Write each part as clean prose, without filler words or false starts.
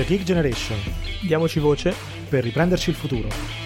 Geek Generation. Diamoci voce per riprenderci il futuro.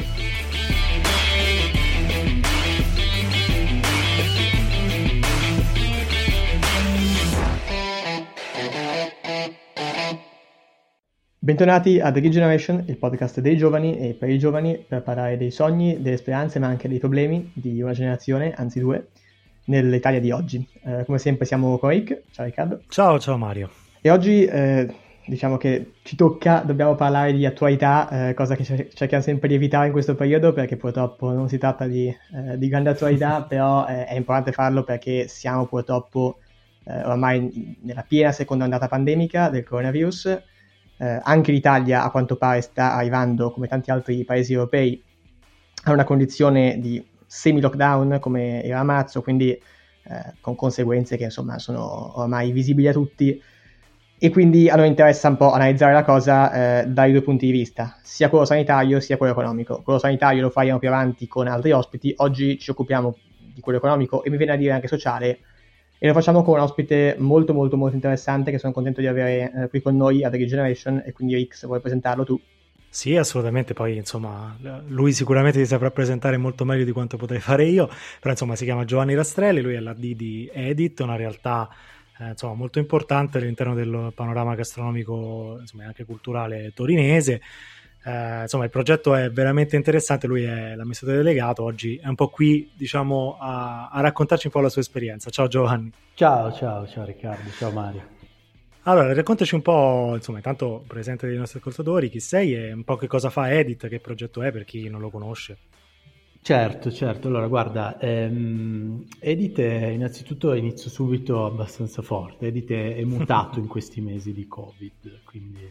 Bentornati a The Geek Generation, il podcast dei giovani e per i giovani, per parlare dei sogni, delle speranze ma anche dei problemi di una generazione, anzi due, nell'Italia di oggi. Come sempre siamo con Rick. Ciao Riccardo. Ciao Mario. E oggi diciamo che ci tocca, dobbiamo parlare di attualità, cosa che cerchiamo sempre di evitare in questo periodo perché purtroppo non si tratta di grande attualità, però è importante farlo perché siamo purtroppo ormai nella piena seconda ondata pandemica del coronavirus. Anche l'Italia a quanto pare sta arrivando, come tanti altri paesi europei, a una condizione di semi-lockdown come era a marzo, quindi con conseguenze che insomma sono ormai visibili a tutti, e quindi a noi interessa un po' analizzare la cosa dai due punti di vista, sia quello sanitario sia quello economico. Quello sanitario lo faremo più avanti con altri ospiti, oggi ci occupiamo di quello economico e mi viene a dire anche sociale, e lo facciamo con un ospite molto interessante che sono contento di avere qui con noi a The Geek Generation, e quindi Rick, se vuoi presentarlo tu. Sì, assolutamente, poi insomma lui sicuramente ti saprà presentare molto meglio di quanto potrei fare io, però insomma si chiama Giovanni Rastrelli, lui è l'AD di Edit, una realtà insomma molto importante all'interno del panorama gastronomico, insomma, e anche culturale torinese. Insomma il progetto è veramente interessante, lui è l'amministratore delegato, oggi è un po' qui diciamo a raccontarci un po' la sua esperienza. Ciao Giovanni. Ciao Riccardo, ciao Mario. Allora raccontaci un po', insomma intanto presenta dei nostri ascoltatori chi sei e un po' che cosa fa Edit, che progetto è per chi non lo conosce. Certo, allora guarda, Edit è, innanzitutto inizio subito abbastanza forte. Edit è mutato in questi mesi di Covid, quindi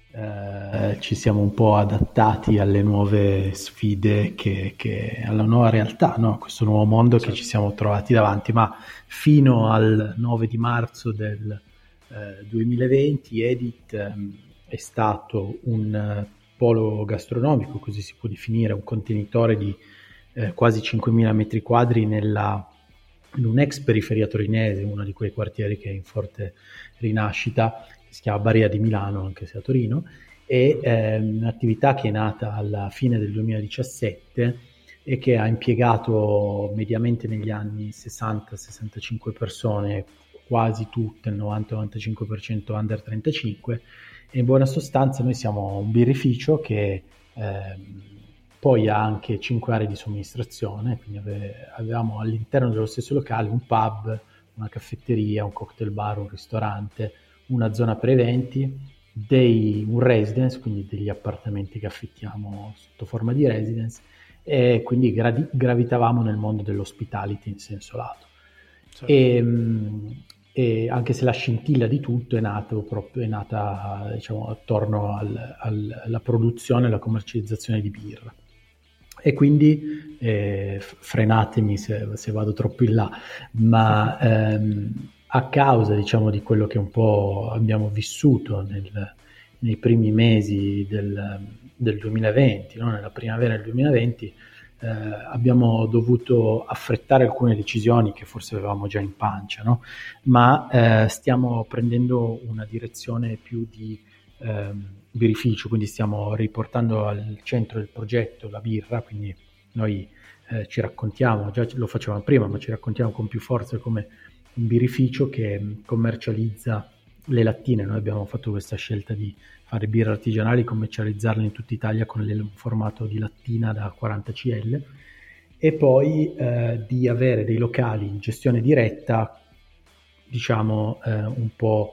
ci siamo un po' adattati alle nuove sfide, che alla nuova realtà, no? Questo nuovo mondo che ci siamo trovati davanti, ma fino al 9 di marzo del 2020 Edit è stato un polo gastronomico, così si può definire, un contenitore di quasi 5.000 metri quadri in un'ex periferia torinese, uno di quei quartieri che è in forte rinascita, che si chiama Barriera di Milano, anche se a Torino, è un'attività che è nata alla fine del 2017 e che ha impiegato mediamente negli anni 60-65 persone, quasi tutte, il 90-95% under 35, e in buona sostanza noi siamo un birrificio che poi ha anche 5 aree di somministrazione, quindi avevamo all'interno dello stesso locale un pub, una caffetteria, un cocktail bar, un ristorante, una zona per eventi, un residence, quindi degli appartamenti che affittiamo sotto forma di residence, e quindi gravitavamo nel mondo dell'hospitality in senso lato. Certo. E anche se la scintilla di tutto è nata diciamo attorno alla produzione e alla commercializzazione di birra. E quindi frenatemi se vado troppo in là, ma a causa diciamo di quello che un po' abbiamo vissuto nei primi mesi del 2020, no? Nella primavera del 2020 abbiamo dovuto affrettare alcune decisioni che forse avevamo già in pancia, no? Ma stiamo prendendo una direzione più di birrificio, quindi stiamo riportando al centro del progetto la birra, quindi noi ci raccontiamo, già lo facevamo prima, ma ci raccontiamo con più forza come un birrificio che commercializza le lattine. Noi abbiamo fatto questa scelta di fare birre artigianali, commercializzarle in tutta Italia con il formato di lattina da 40 CL, e poi di avere dei locali in gestione diretta, diciamo un po'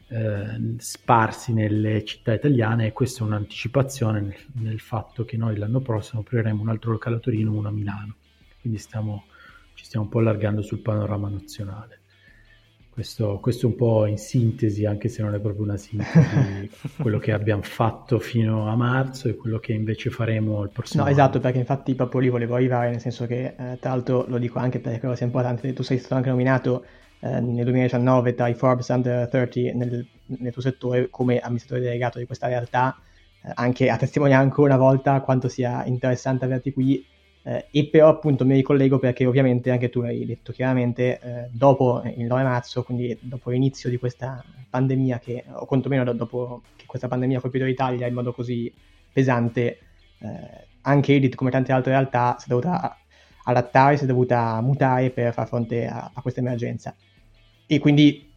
sparsi nelle città italiane, e questa è un'anticipazione nel fatto che noi l'anno prossimo apriremo un altro locale a Torino e uno a Milano, quindi ci stiamo un po' allargando sul panorama nazionale. Questo è un po' in sintesi, anche se non è proprio una sintesi, quello che abbiamo fatto fino a marzo e quello che invece faremo il prossimo anno. Esatto, perché infatti proprio lì volevo arrivare, nel senso che tra l'altro lo dico anche perché credo sia importante, tu sei stato anche nominato nel 2019 tra i Forbes Under 30 nel tuo settore come amministratore delegato di questa realtà, anche a testimoniare ancora una volta quanto sia interessante averti qui. E però appunto mi ricollego perché ovviamente anche tu l'hai detto chiaramente, dopo il 9 marzo, quindi dopo l'inizio di questa pandemia, o quantomeno dopo che che questa pandemia ha colpito l'Italia in modo così pesante, anche Edit, come tante altre realtà, si è dovuta adattare, si è dovuta mutare per far fronte a questa emergenza. E quindi,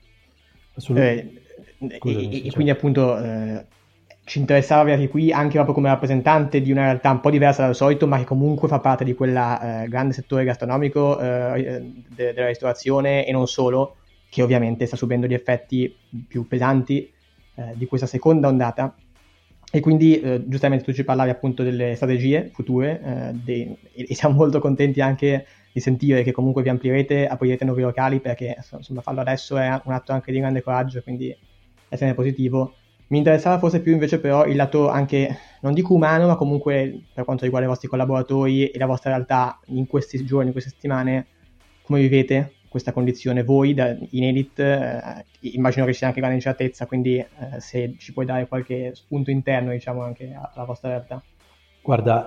quindi appunto ci interessava averti qui anche proprio come rappresentante di una realtà un po' diversa dal solito, ma che comunque fa parte di quel grande settore gastronomico della ristorazione e non solo, che ovviamente sta subendo gli effetti più pesanti di questa seconda ondata. E quindi giustamente tu ci parlavi appunto delle strategie future e siamo molto contenti anche di sentire che comunque vi amplierete, aprirete nuovi locali, perché insomma farlo adesso è un atto anche di grande coraggio, quindi è sempre positivo. Mi interessava forse più invece però il lato anche, non dico umano, ma comunque per quanto riguarda i vostri collaboratori e la vostra realtà in questi giorni, in queste settimane, come vivete questa condizione voi in Edit? Immagino che ci sia anche grande incertezza, quindi se ci puoi dare qualche spunto interno, diciamo, anche alla vostra realtà. Guarda,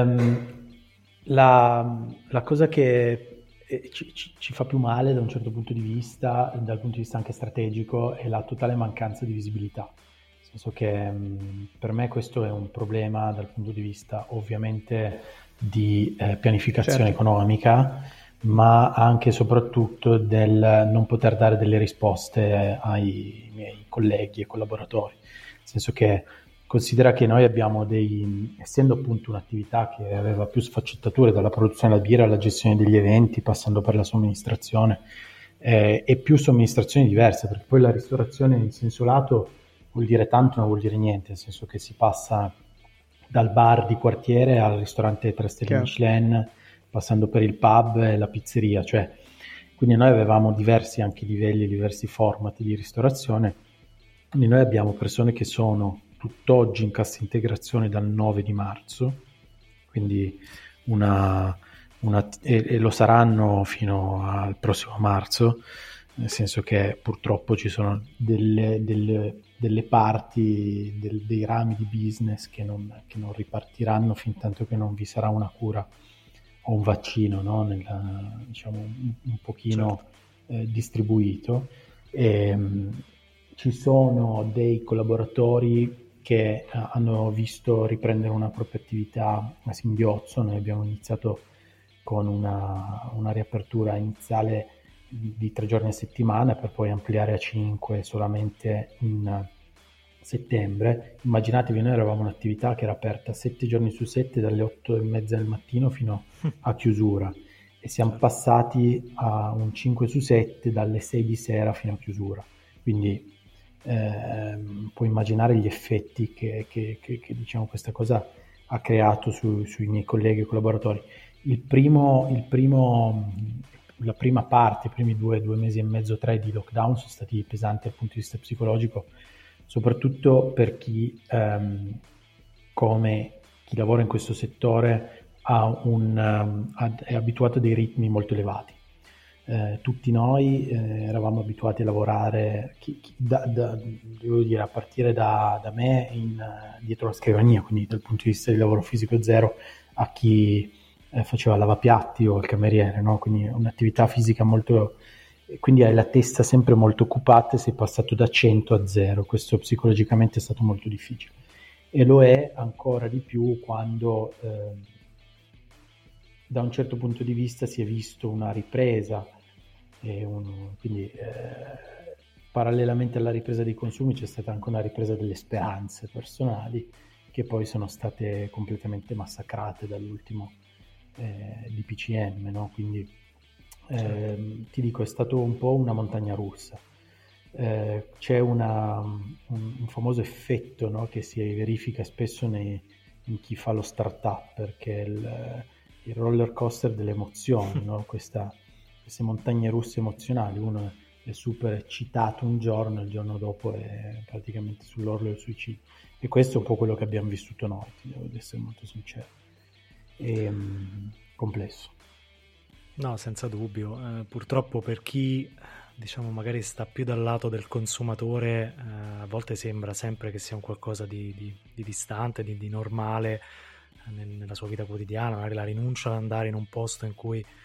la cosa che ci fa più male da un certo punto di vista, dal punto di vista anche strategico, è la totale mancanza di visibilità. Nel senso che per me questo è un problema dal punto di vista ovviamente di pianificazione economica, ma anche e soprattutto del non poter dare delle risposte ai miei colleghi e collaboratori. Nel senso che considera che noi abbiamo essendo appunto un'attività che aveva più sfaccettature, dalla produzione della birra alla gestione degli eventi, passando per la somministrazione, e più somministrazioni diverse, perché poi la ristorazione in senso lato vuol dire tanto, non vuol dire niente, nel senso che si passa dal bar di quartiere al ristorante 3 stelle Michelin, passando per il pub e la pizzeria, cioè quindi noi avevamo diversi anche livelli, diversi format di ristorazione, quindi noi abbiamo persone che sono tutt'oggi in cassa integrazione dal 9 di marzo, quindi e lo saranno fino al prossimo marzo, nel senso che purtroppo ci sono delle parti, dei rami di business che non ripartiranno fin tanto che non vi sarà una cura o un vaccino, no? Diciamo un pochino distribuito. Ci sono dei collaboratori che hanno visto riprendere una propria attività a singhiozzo. Noi abbiamo iniziato con una riapertura iniziale di 3 giorni a settimana per poi ampliare a 5 solamente in settembre. Immaginatevi, noi eravamo un'attività che era aperta 7 giorni su 7 dalle 8:30 del mattino fino a chiusura e siamo passati a un 5 su 7 dalle 6 di sera fino a chiusura, quindi puoi immaginare gli effetti che diciamo questa cosa ha creato sui miei colleghi e collaboratori. La prima parte, i primi 2 mesi e mezzo, 3 di lockdown sono stati pesanti dal punto di vista psicologico, soprattutto per chi come chi lavora in questo settore è abituato a dei ritmi molto elevati. Tutti noi eravamo abituati a lavorare devo dire, a partire da me dietro la scrivania, quindi dal punto di vista di lavoro fisico zero, a chi faceva lavapiatti o il cameriere, no? Quindi un'attività fisica molto, quindi hai la testa sempre molto occupata e sei passato da 100 a 0. Questo psicologicamente è stato molto difficile e lo è ancora di più quando da un certo punto di vista si è visto una ripresa quindi parallelamente alla ripresa dei consumi c'è stata anche una ripresa delle speranze personali che poi sono state completamente massacrate dall'ultimo DPCM, no? Quindi ti dico, è stato un po' una montagna russa. C'è un famoso effetto, no? Che si verifica spesso in chi fa lo startup, perché il roller coaster delle emozioni, no? Queste montagne russe emozionali, uno è super eccitato un giorno, il giorno dopo è praticamente sull'orlo del suicidio, e questo è un po' quello che abbiamo vissuto noi, devo essere molto sincero. Complesso. No, senza dubbio. Purtroppo per chi, diciamo, magari sta più dal lato del consumatore, a volte sembra sempre che sia un qualcosa di distante, di normale nella sua vita quotidiana, magari la rinuncia ad andare in un posto in cui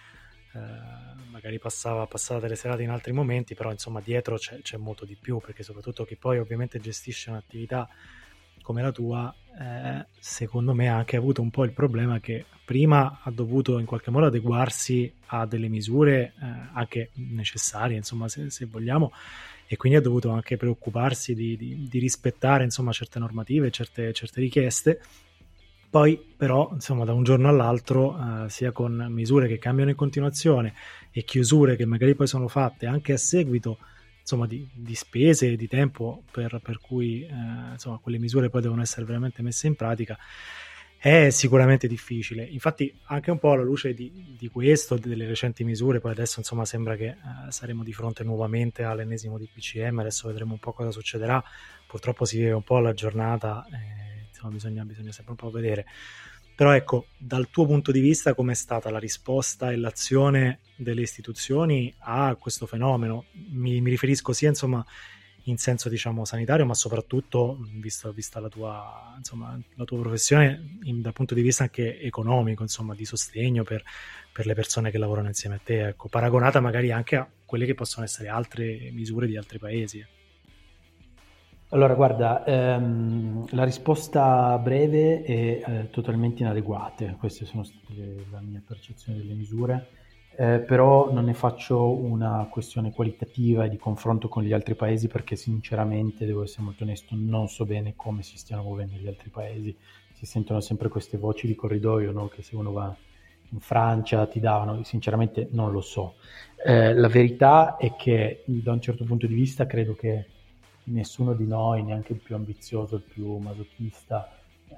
magari passava delle serate in altri momenti, però insomma dietro c'è molto di più, perché soprattutto chi poi ovviamente gestisce un'attività come la tua, secondo me ha anche avuto un po' il problema che prima ha dovuto in qualche modo adeguarsi a delle misure anche necessarie, insomma, se vogliamo, e quindi ha dovuto anche preoccuparsi di rispettare, insomma, certe normative, certe richieste. Poi però, insomma, da un giorno all'altro, sia con misure che cambiano in continuazione e chiusure che magari poi sono fatte anche a seguito, insomma, di spese e di tempo per cui insomma, quelle misure poi devono essere veramente messe in pratica, è sicuramente difficile. Infatti anche un po' alla luce di questo, delle recenti misure, poi adesso insomma sembra che saremo di fronte nuovamente all'ennesimo DPCM, adesso vedremo un po' cosa succederà, purtroppo si vive un po' la giornata, insomma bisogna sempre un po' vedere. Però ecco, dal tuo punto di vista com'è stata la risposta e l'azione delle istituzioni a questo fenomeno? Mi riferisco sia insomma in senso diciamo sanitario, ma soprattutto vista la tua professione dal punto di vista anche economico, insomma di sostegno per le persone che lavorano insieme a te, ecco, paragonata magari anche a quelle che possono essere altre misure di altri paesi. Allora, guarda, la risposta breve è totalmente inadeguate, queste sono state la mia percezione delle misure, però non ne faccio una questione qualitativa e di confronto con gli altri paesi perché sinceramente, devo essere molto onesto, non so bene come si stiano muovendo gli altri paesi. Si sentono sempre queste voci di corridoio, no? Che se uno va in Francia ti davano, sinceramente non lo so. La verità è che da un certo punto di vista credo che nessuno di noi, neanche il più ambizioso, il più masochista,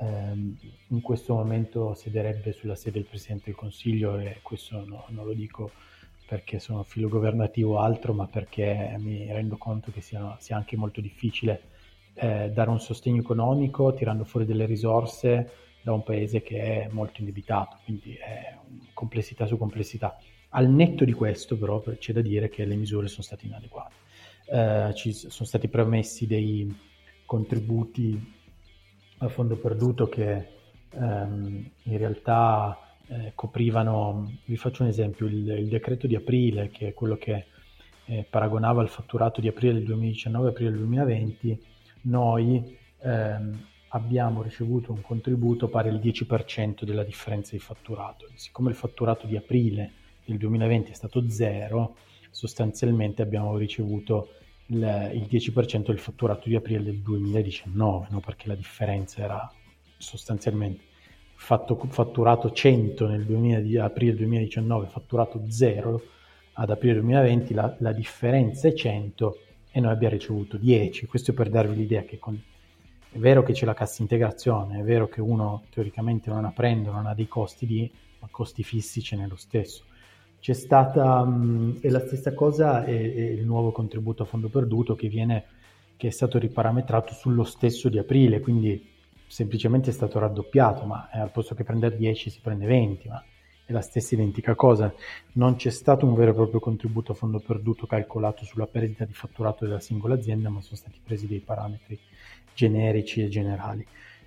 in questo momento siederebbe sulla sede del Presidente del Consiglio, e questo non lo dico perché sono filo governativo o altro, ma perché mi rendo conto che sia anche molto difficile dare un sostegno economico tirando fuori delle risorse da un paese che è molto indebitato, quindi è complessità su complessità. Al netto di questo però c'è da dire che le misure sono state inadeguate. Ci sono stati promessi dei contributi a fondo perduto che in realtà coprivano, vi faccio un esempio, il decreto di aprile, che è quello che paragonava il fatturato di aprile del 2019 e aprile del 2020, noi abbiamo ricevuto un contributo pari al 10% della differenza di fatturato. Siccome il fatturato di aprile del 2020 è stato zero, sostanzialmente abbiamo ricevuto il 10% del fatturato di aprile del 2019, no? Perché la differenza era sostanzialmente fatturato 100 aprile 2019, fatturato 0 ad aprile 2020, la differenza è 100 e noi abbiamo ricevuto 10. Questo è per darvi l'idea che è vero che c'è la cassa integrazione, è vero che uno teoricamente non ha dei costi lì, ma costi fissi ce n'è lo stesso. C'è stata, e la stessa cosa è il nuovo contributo a fondo perduto che è stato riparametrato sullo stesso di aprile, quindi semplicemente è stato raddoppiato, ma al posto che prendere 10 si prende 20, ma è la stessa identica cosa. Non c'è stato un vero e proprio contributo a fondo perduto calcolato sulla perdita di fatturato della singola azienda, ma sono stati presi dei parametri generici e generali.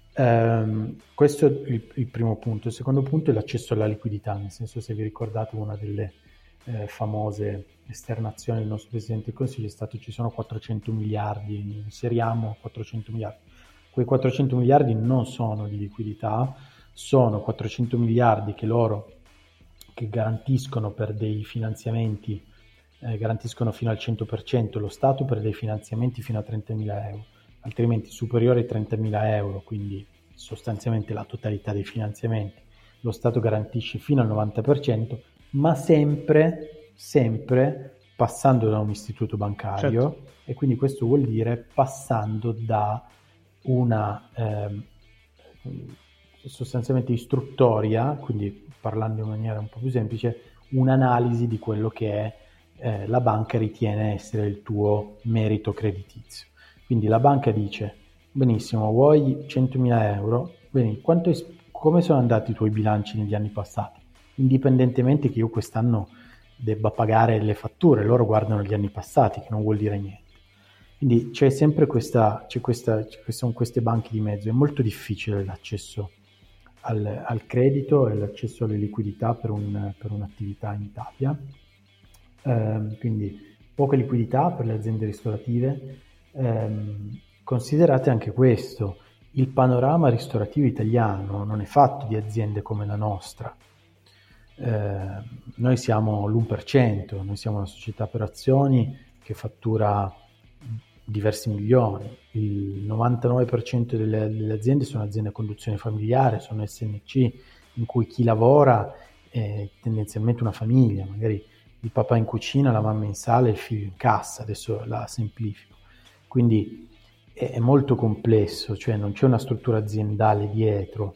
Questo è il primo punto. Il secondo punto è l'accesso alla liquidità, nel senso, se vi ricordate, una delle famose esternazioni del nostro Presidente del Consiglio è stato: ci sono 400 miliardi, inseriamo 400 miliardi. Quei 400 miliardi non sono di liquidità, sono 400 miliardi che garantiscono per dei finanziamenti, garantiscono fino al 100% lo Stato per dei finanziamenti fino a 30.000 euro. Altrimenti superiori ai 30.000 euro, quindi sostanzialmente la totalità dei finanziamenti, lo Stato garantisce fino al 90%, ma sempre passando da un istituto bancario, certo. E quindi questo vuol dire passando da una sostanzialmente istruttoria, quindi parlando in maniera un po' più semplice, un'analisi di quello che la banca ritiene essere il tuo merito creditizio. Quindi la banca dice: benissimo, vuoi 100.000 euro? Bene, come sono andati i tuoi bilanci negli anni passati? Indipendentemente che io quest'anno debba pagare le fatture, loro guardano gli anni passati, che non vuol dire niente. Quindi c'è sempre sono queste banche di mezzo, è molto difficile l'accesso al credito e all'accesso alle liquidità per un'attività in Italia. Quindi poca liquidità per le aziende ristorative. Considerate anche questo, il panorama ristorativo italiano non è fatto di aziende come la nostra. Noi siamo l'1%, noi siamo una società per azioni che fattura diversi milioni, il 99% delle aziende sono aziende a conduzione familiare, sono SNC in cui chi lavora è tendenzialmente una famiglia, magari il papà in cucina, la mamma in sala e il figlio in cassa, adesso la semplifico. Quindi è molto complesso, cioè non c'è una struttura aziendale dietro,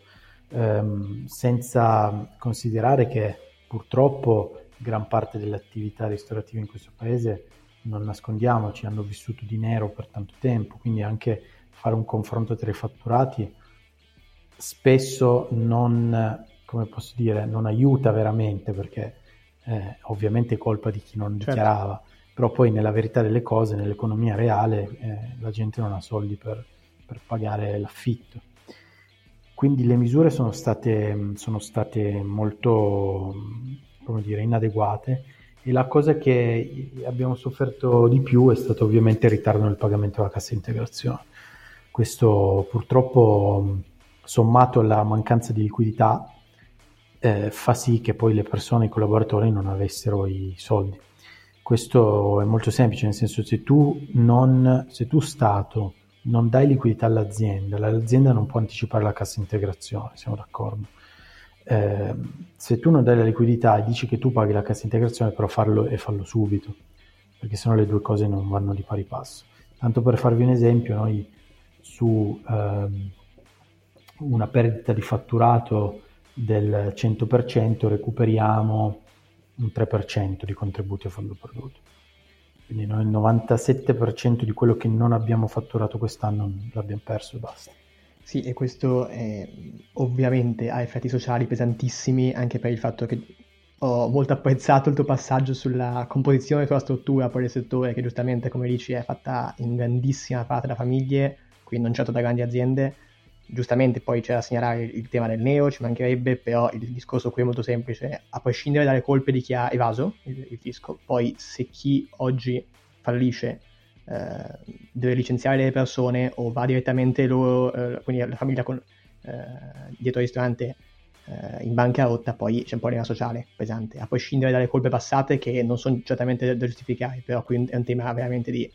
senza considerare che purtroppo gran parte delle attività ristorative in questo paese, non nascondiamoci, hanno vissuto di nero per tanto tempo, quindi anche fare un confronto tra i fatturati spesso non, come posso dire, non aiuta veramente, perché ovviamente è colpa di chi non dichiarava, però poi nella verità delle cose, nell'economia reale, la gente non ha soldi per pagare l'affitto. Quindi le misure sono state molto, come dire, inadeguate, e la cosa che abbiamo sofferto di più è stato ovviamente il ritardo nel pagamento della cassa integrazione. Questo purtroppo, sommato alla mancanza di liquidità, fa sì che poi le persone, i collaboratori, non avessero i soldi. Questo è molto semplice, nel senso, se tu Stato non dai liquidità all'azienda, l'azienda non può anticipare la cassa integrazione, siamo d'accordo. Se tu non dai la liquidità e dici che tu paghi la cassa integrazione, però fallo subito, perché sennò le due cose non vanno di pari passo. Tanto per farvi un esempio, noi su una perdita di fatturato del 100% recuperiamo un 3% di contributi a fondo perduto. Quindi noi il 97% di quello che non abbiamo fatturato quest'anno l'abbiamo perso e basta. Sì, e questo ovviamente ha effetti sociali pesantissimi, anche per il fatto che ho molto apprezzato il tuo passaggio sulla composizione, sulla struttura poi del settore, che giustamente, come dici, è fatta in grandissima parte da famiglie, quindi non certo da grandi aziende. Giustamente poi c'è da segnalare il tema del nero, ci mancherebbe, però il discorso qui è molto semplice: a prescindere dalle colpe di chi ha evaso il fisco, poi se chi oggi fallisce deve licenziare delle persone o va direttamente loro, quindi la famiglia dietro il ristorante in bancarotta, poi c'è un problema sociale pesante, a prescindere dalle colpe passate che non sono certamente da giustificare, però qui è un tema veramente di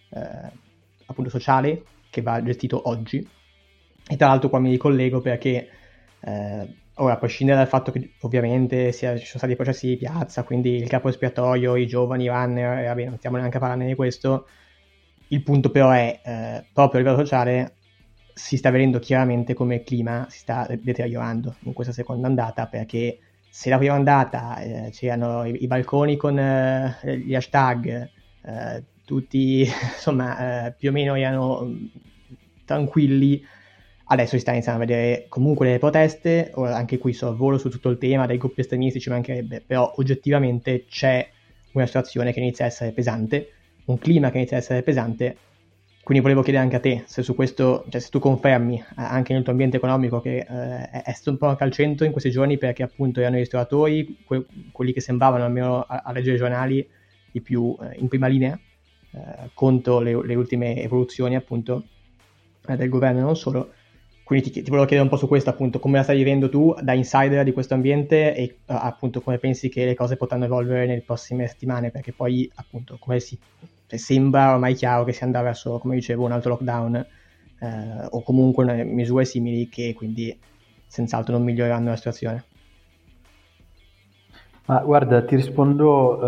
appunto sociale che va gestito oggi. E tra l'altro qua mi ricollego perché ora, a prescindere dal fatto che ovviamente ci sono stati i processi di piazza, quindi il capo espiatorio, i giovani, i runner, vabbè, non stiamo neanche a parlare di questo. Il punto però è, proprio a livello sociale, si sta vedendo chiaramente come il clima si sta deteriorando in questa seconda andata, perché se la prima andata c'erano i balconi con gli hashtag, tutti insomma più o meno erano tranquilli, adesso si sta iniziando a vedere comunque delle proteste. Ora anche qui sorvolo su tutto il tema dei gruppi estremisti, ci mancherebbe, però oggettivamente c'è una situazione che inizia a essere pesante, un clima che inizia a essere pesante. Quindi volevo chiedere anche a te se su questo, cioè se tu confermi anche nel tuo ambiente economico che è stato un po' anche al centro in questi giorni, perché appunto erano i ristoratori, quelli che sembravano, almeno a leggere i giornali, i più in prima linea contro le ultime evoluzioni appunto del governo e non solo. Quindi ti volevo chiedere un po' su questo, appunto, come la stai vivendo tu da insider di questo ambiente e appunto come pensi che le cose potranno evolvere nelle prossime settimane, perché poi appunto sembra ormai chiaro che si andrà verso, come dicevo, un altro lockdown o comunque misure simili che quindi senz'altro non miglioreranno la situazione. Ma guarda, ti rispondo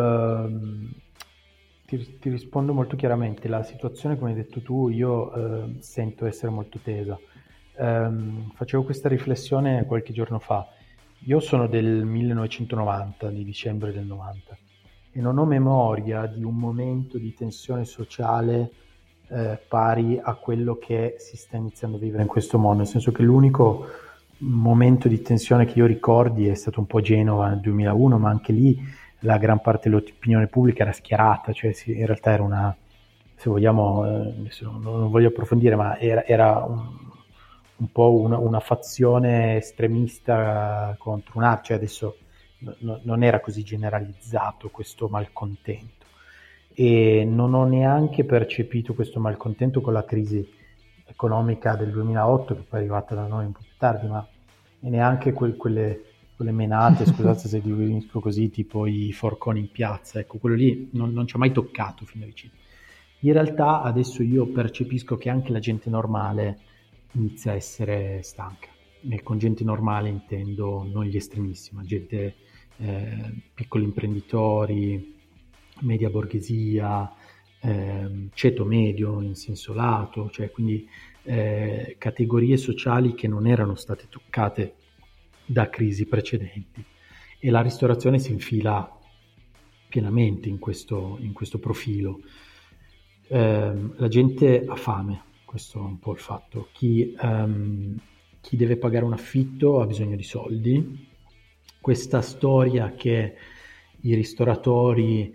molto chiaramente. La situazione, come hai detto tu, io sento essere molto tesa. Facevo questa riflessione qualche giorno fa. Io sono del 1990, di dicembre del 90, e non ho memoria di un momento di tensione sociale pari a quello che si sta iniziando a vivere in questo mondo, nel senso che l'unico momento di tensione che io ricordi è stato un po' Genova nel 2001, ma anche lì la gran parte dell'opinione pubblica era schierata, cioè in realtà era una, se vogliamo, non voglio approfondire, ma era un po' una fazione estremista contro un'altra, cioè adesso non era così generalizzato questo malcontento, e non ho neanche percepito questo malcontento con la crisi economica del 2008, che poi è arrivata da noi un po' più tardi, ma neanche quelle menate, scusate se dico così, tipo i forconi in piazza, ecco, quello lì non ci ha mai toccato fino a vicino. In realtà adesso io percepisco che anche la gente normale inizia a essere stanca. Con gente normale intendo non gli estremissimi, ma gente, piccoli imprenditori, media borghesia, ceto medio in senso lato, cioè quindi categorie sociali che non erano state toccate da crisi precedenti, e la ristorazione si infila pienamente in questo profilo. La gente ha fame, questo è un po' il fatto. Chi deve pagare un affitto ha bisogno di soldi. Questa storia che i ristoratori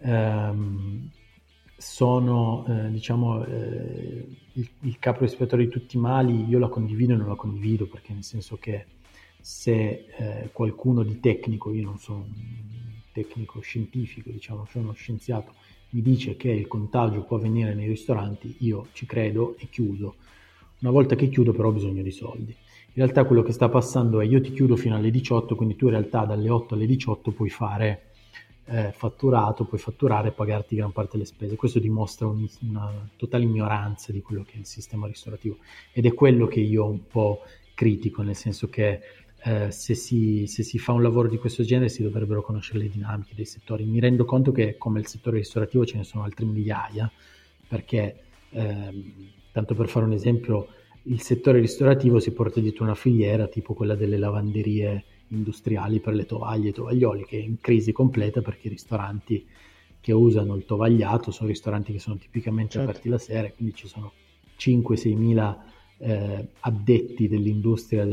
sono diciamo il capo espiatorio di tutti i mali, io la condivido e non la condivido, perché nel senso che se qualcuno di tecnico, io non sono un tecnico scientifico, diciamo, sono uno scienziato, mi dice che il contagio può avvenire nei ristoranti, io ci credo e chiudo. Una volta che chiudo però ho bisogno di soldi. In realtà quello che sta passando è: io ti chiudo fino alle 18, quindi tu in realtà dalle 8 alle 18 puoi fare fatturato, puoi fatturare e pagarti gran parte delle spese. Questo dimostra una totale ignoranza di quello che è il sistema ristorativo, ed è quello che io un po' critico, nel senso che se si fa un lavoro di questo genere si dovrebbero conoscere le dinamiche dei settori. Mi rendo conto che come il settore ristorativo ce ne sono altri migliaia, perché tanto per fare un esempio, il settore ristorativo si porta dietro una filiera tipo quella delle lavanderie industriali per le tovaglie e i tovaglioli, che è in crisi completa, perché i ristoranti che usano il tovagliato sono ristoranti che sono tipicamente aperti la sera, quindi ci sono 5-6 mila addetti dell'industria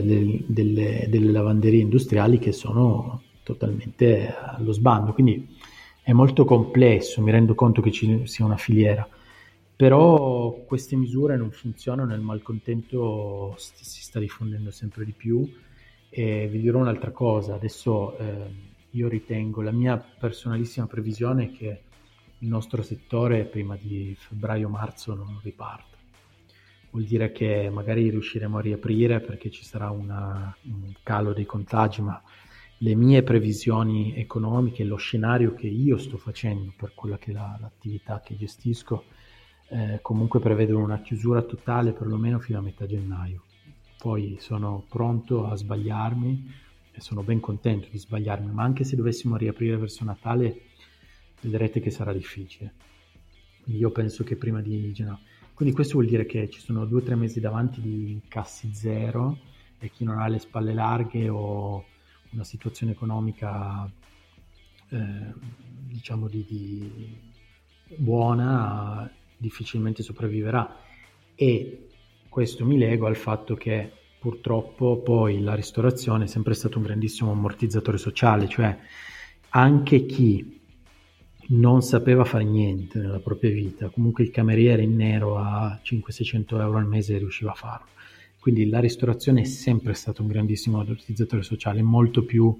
delle lavanderie industriali che sono totalmente allo sbando, quindi è molto complesso. Mi rendo conto che ci sia una filiera, però queste misure non funzionano, il malcontento si sta diffondendo sempre di più. E vi dirò un'altra cosa, adesso io ritengo, la mia personalissima previsione è che il nostro settore prima di febbraio-marzo non riparta. Vuol dire che magari riusciremo a riaprire perché ci sarà un calo dei contagi, ma le mie previsioni economiche, lo scenario che io sto facendo per quella che è l'attività che gestisco, comunque prevedono una chiusura totale perlomeno fino a metà gennaio. Poi sono pronto a sbagliarmi e sono ben contento di sbagliarmi, ma anche se dovessimo riaprire verso Natale vedrete che sarà difficile. Quindi io penso che prima di gennaio. Quindi questo vuol dire che ci sono 2 o 3 mesi davanti di incassi zero, e chi non ha le spalle larghe o una situazione economica diciamo di buona difficilmente sopravviverà. E questo mi lego al fatto che purtroppo poi la ristorazione è sempre stato un grandissimo ammortizzatore sociale, cioè anche chi non sapeva fare niente nella propria vita, comunque il cameriere in nero a 500-600 euro al mese riusciva a farlo. Quindi la ristorazione è sempre stato un grandissimo ammortizzatore sociale, molto più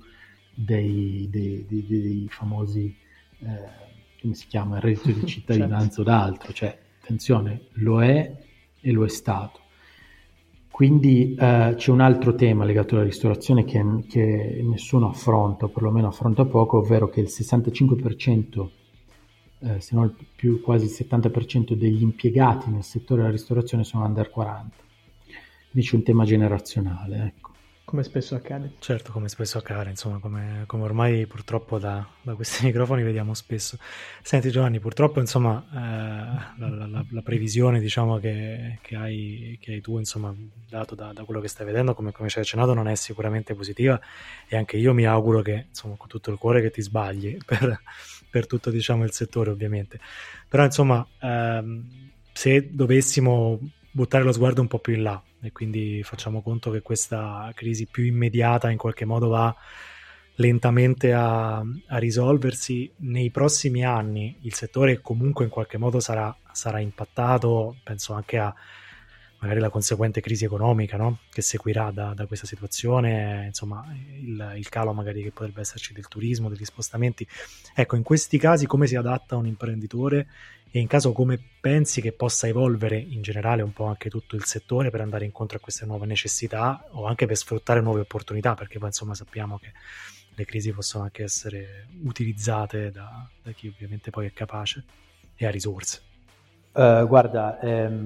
dei famosi come si chiama, il reddito di cittadinanza o d'altro, cioè attenzione, lo è e lo è stato. Quindi c'è un altro tema legato alla ristorazione che nessuno affronta, o perlomeno affronta poco, ovvero che il 65%, se non più quasi il 70% degli impiegati nel settore della ristorazione sono under 40. Quindi c'è un tema generazionale, ecco. Come spesso accade. Certo, come spesso accade, insomma, come ormai purtroppo da questi microfoni vediamo spesso. Senti Giovanni, purtroppo insomma la previsione diciamo che hai tu, insomma, dato da quello che stai vedendo, come ci hai accennato, non è sicuramente positiva, e anche io mi auguro che, insomma, con tutto il cuore, che ti sbagli per tutto, diciamo, il settore, ovviamente. Però insomma se dovessimo buttare lo sguardo un po' più in là, e quindi facciamo conto che questa crisi più immediata in qualche modo va lentamente a risolversi, nei prossimi anni il settore comunque in qualche modo sarà impattato. Penso anche a magari la conseguente crisi economica, no? Che seguirà da questa situazione, insomma il calo magari che potrebbe esserci del turismo, degli spostamenti. Ecco, in questi casi come si adatta un imprenditore e in caso come pensi che possa evolvere in generale un po' anche tutto il settore per andare incontro a queste nuove necessità o anche per sfruttare nuove opportunità, perché poi insomma sappiamo che le crisi possono anche essere utilizzate da chi ovviamente poi è capace e ha risorse. Guarda,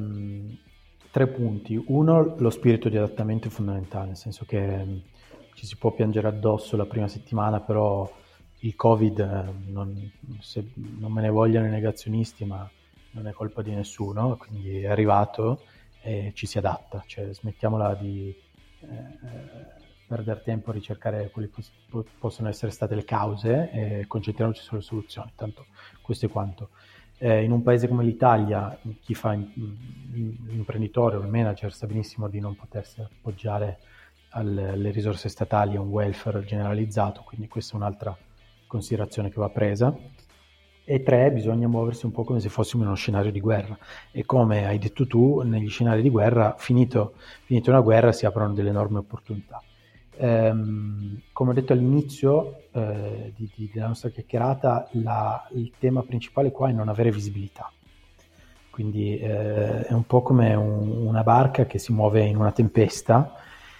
3 punti. Uno, lo spirito di adattamento è fondamentale, nel senso che ci si può piangere addosso la prima settimana, però il Covid, non me ne vogliono i negazionisti, ma non è colpa di nessuno, quindi è arrivato e ci si adatta, cioè smettiamola di perdere tempo a ricercare quali possono essere state le cause e concentriamoci sulle soluzioni, tanto questo è quanto. In un paese come l'Italia, chi fa l'imprenditore o il manager sa benissimo di non potersi appoggiare alle risorse statali e a un welfare generalizzato, quindi questa è un'altra considerazione che va presa. E 3, bisogna muoversi un po' come se fossimo in uno scenario di guerra, e come hai detto tu, negli scenari di guerra, finito una guerra, si aprono delle enormi opportunità. Come ho detto all'inizio della nostra chiacchierata, il tema principale qua è non avere visibilità, quindi è un po' come una barca che si muove in una tempesta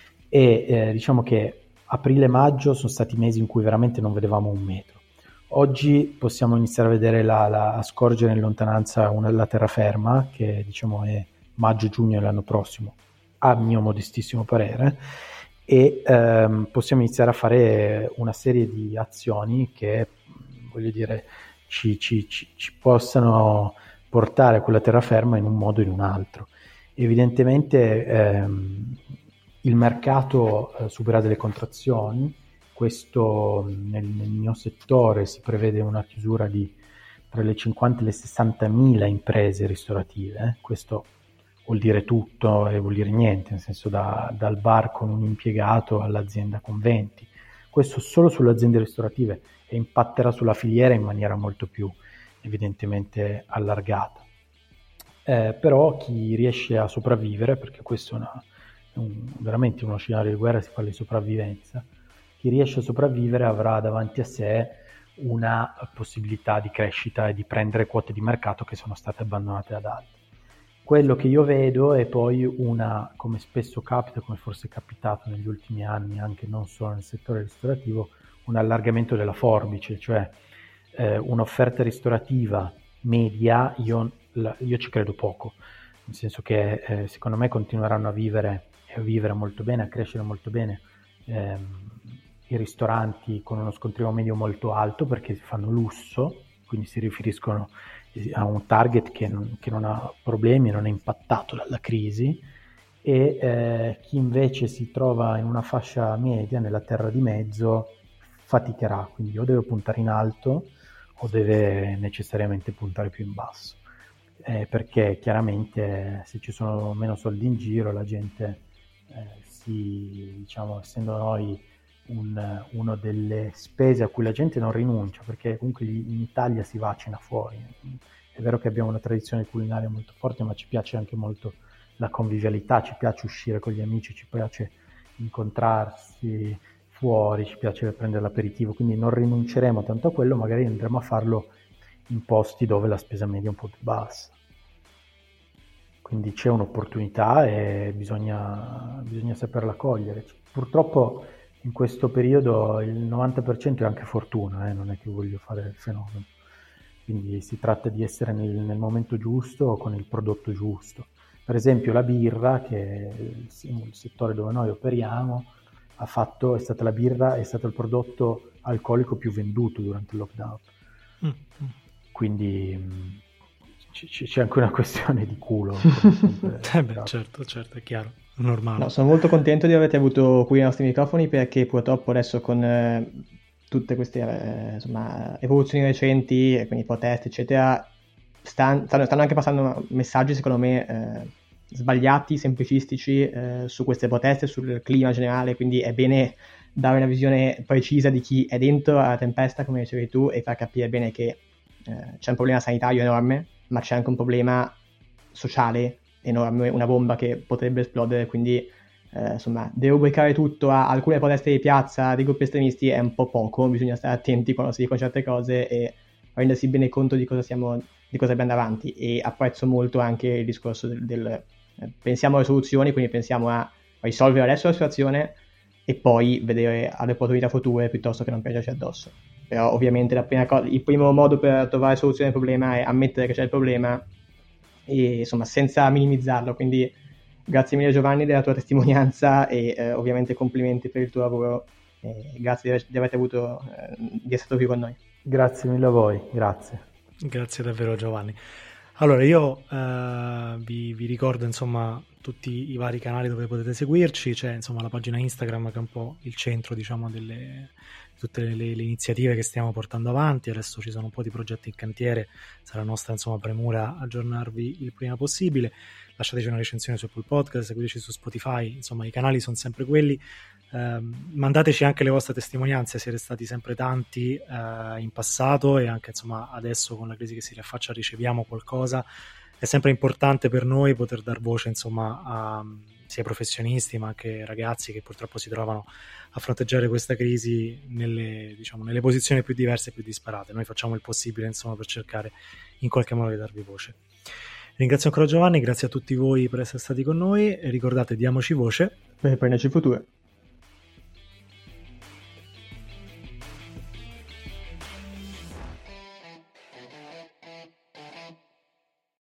e diciamo che aprile-maggio sono stati mesi in cui veramente non vedevamo un metro. Oggi possiamo iniziare a vedere a scorgere in lontananza la terraferma, che diciamo è maggio-giugno dell'anno prossimo, a mio modestissimo parere, e possiamo iniziare a fare una serie di azioni che, voglio dire, ci possano portare a quella terraferma in un modo o in un altro. Evidentemente il mercato subirà delle contrazioni. Questo nel mio settore si prevede una chiusura di tra le 50 e le 60.000 imprese ristorative. Questo vuol dire tutto e vuol dire niente, nel senso dal bar con un impiegato all'azienda con 20. Questo solo sulle aziende ristorative, e impatterà sulla filiera in maniera molto più evidentemente allargata. Però chi riesce a sopravvivere, perché questo è veramente uno scenario di guerra, si parla di sopravvivenza, chi riesce a sopravvivere avrà davanti a sé una possibilità di crescita e di prendere quote di mercato che sono state abbandonate ad altri. Quello che io vedo è poi come spesso capita, come forse è capitato negli ultimi anni, anche non solo nel settore ristorativo, un allargamento della forbice, cioè un'offerta ristorativa media, io ci credo poco, nel senso che secondo me continueranno a vivere molto bene, a crescere molto bene i ristoranti con uno scontrino medio molto alto, perché fanno lusso, quindi si riferiscono a un target che non ha problemi, non è impattato dalla crisi, e chi invece si trova in una fascia media, nella terra di mezzo, faticherà, quindi o deve puntare in alto o deve necessariamente puntare più in basso, perché chiaramente se ci sono meno soldi in giro, la gente diciamo, essendo noi uno delle spese a cui la gente non rinuncia, perché comunque in Italia si va a cena fuori. È vero che abbiamo una tradizione culinaria molto forte, ma ci piace anche molto la convivialità, ci piace uscire con gli amici, ci piace incontrarsi fuori, ci piace prendere l'aperitivo, quindi non rinunceremo tanto a quello, magari andremo a farlo in posti dove la spesa media è un po' più bassa. Quindi c'è un'opportunità e bisogna saperla cogliere. Purtroppo in questo periodo il 90% è anche fortuna, non è che voglio fare il fenomeno. Quindi si tratta di essere nel momento giusto con il prodotto giusto. Per esempio la birra, che è il settore dove noi operiamo, è stato il prodotto alcolico più venduto durante il lockdown. Quindi c'è anche una questione di culo. Certo, è chiaro, normale. No, sono molto contento di averti avuto qui ai nostri microfoni, perché purtroppo adesso con tutte queste evoluzioni recenti, e quindi proteste eccetera, stanno anche passando messaggi secondo me sbagliati, semplicistici su queste proteste, sul clima generale, quindi è bene dare una visione precisa di chi è dentro alla tempesta, come dicevi tu, e far capire bene che c'è un problema sanitario enorme, ma c'è anche un problema sociale enorme, una bomba che potrebbe esplodere, quindi insomma, derubricare tutto a alcune proteste di piazza di gruppi estremisti è un po' poco, bisogna stare attenti quando si dicono certe cose e rendersi bene conto di cosa abbiamo davanti. E apprezzo molto anche il discorso del pensiamo alle soluzioni, quindi pensiamo a risolvere adesso la situazione e poi vedere alle opportunità future piuttosto che non piangerci addosso. Però ovviamente il primo modo per trovare soluzione al problema è ammettere che c'è il problema e insomma senza minimizzarlo, quindi grazie mille Giovanni della tua testimonianza e ovviamente complimenti per il tuo lavoro, grazie di essere stato qui con noi. Grazie mille a voi, grazie. Grazie davvero Giovanni. Allora io vi ricordo insomma tutti i vari canali dove potete seguirci, c'è insomma la pagina Instagram che è un po' il centro diciamo delle tutte le iniziative che stiamo portando avanti. Adesso ci sono un po' di progetti in cantiere, sarà nostra insomma premura aggiornarvi il prima possibile. Lasciateci una recensione su Apple Podcast, seguiteci su Spotify, insomma i canali sono sempre quelli. Mandateci anche le vostre testimonianze, siete stati sempre tanti in passato e anche insomma adesso con la crisi che si riaffaccia riceviamo qualcosa. È sempre importante per noi poter dar voce insomma a sia professionisti ma anche ragazzi che purtroppo si trovano a fronteggiare questa crisi nelle posizioni più diverse e più disparate. Noi facciamo il possibile insomma per cercare in qualche modo di darvi voce. Ringrazio ancora Giovanni, grazie a tutti voi per essere stati con noi e ricordate, diamoci voce per prenderci il futuro.